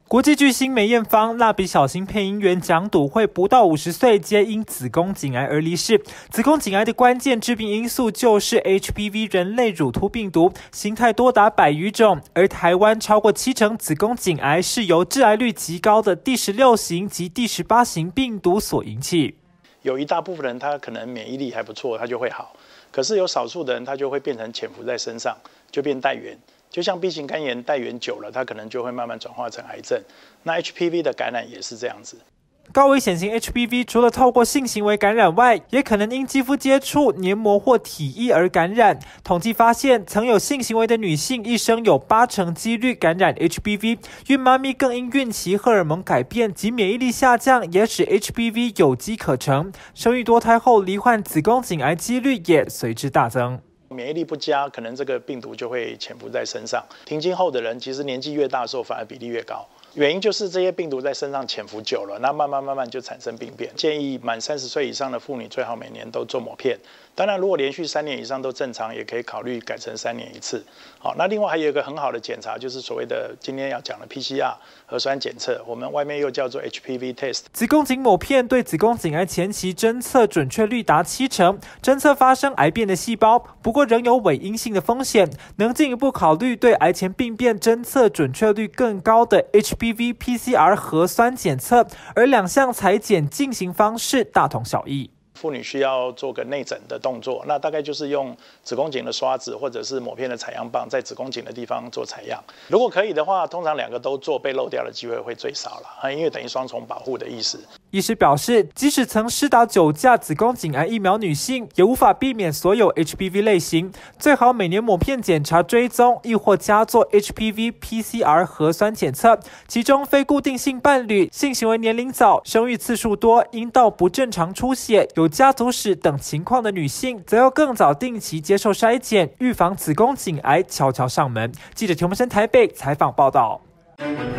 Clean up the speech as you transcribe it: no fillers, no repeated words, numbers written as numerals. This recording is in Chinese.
国际巨星梅艳芳、蜡笔小新配音员蒋笃慧不到50岁，皆因子宫颈癌而离世。子宫颈癌的关键致病因素就是 HPV 人类乳突病毒，形态多达100余种，而台湾超过70%子宫颈癌是由致癌率极高的第16型及第18型病毒所引起。 有一大部分人他可能免疫力还不错，他就会好，可是有少数的人他就会变成潜伏在身上，就变带源。就像 B 型肝炎带源久了，它可能就会慢慢转化成癌症。那 HPV 的感染也是这样子。 高危险型 HPV 除了透过性行为感染外，也可能因肌肤接触、黏膜或体液而感染。统计发现，曾有性行为的女性一生有80%几率感染 HPV。孕妈咪更因孕期荷尔蒙改变及免疫力下降，也使 HPV 有机可乘。生育多胎后罹患子宫颈癌几率也随之大增。 免疫力不佳，可能这个病毒就会潜伏在身上。停经后的人，其实年纪越大的时候，反而比例越高。原因就是这些病毒在身上潜伏久了，那慢慢就产生病变。建议满30岁以上的妇女最好每年都做抹片。当然，如果连续3年以上都正常，也可以考虑改成3年1次。好，那另外还有一个很好的检查，就是所谓的今天要讲的 PCR 核酸检测，我们外面又叫做 HPV test。 子宫颈抹片对子宫颈癌前期侦测准确率达70%，侦测发生癌变的细胞，不过仍有伪阴性的风险，能进一步考虑对癌前病变侦测准确率更高的 HPV PCR 核酸检测，而2项采检进行方式大同小异。 妇女需要做个内诊的动作，那大概就是用子宫颈的刷子或者是抹片的采样棒，在子宫颈的地方做采样。如果可以的话，通常2个都做，被漏掉的机会会最少了，因为等于双重保护的意思。 医师表示，即使曾施打9价子宫颈癌疫苗女性，也无法避免所有 HPV 类型，最好每年抹片检查追踪，亦或加做 HPV PCR 核酸检测。其中非固定性伴侣、性行为年龄早、生育次数多、阴道不正常出血、有家族史等情况的女性，则要更早定期接受筛检，预防子宫颈癌悄悄上门。记者田文生台北采访报道。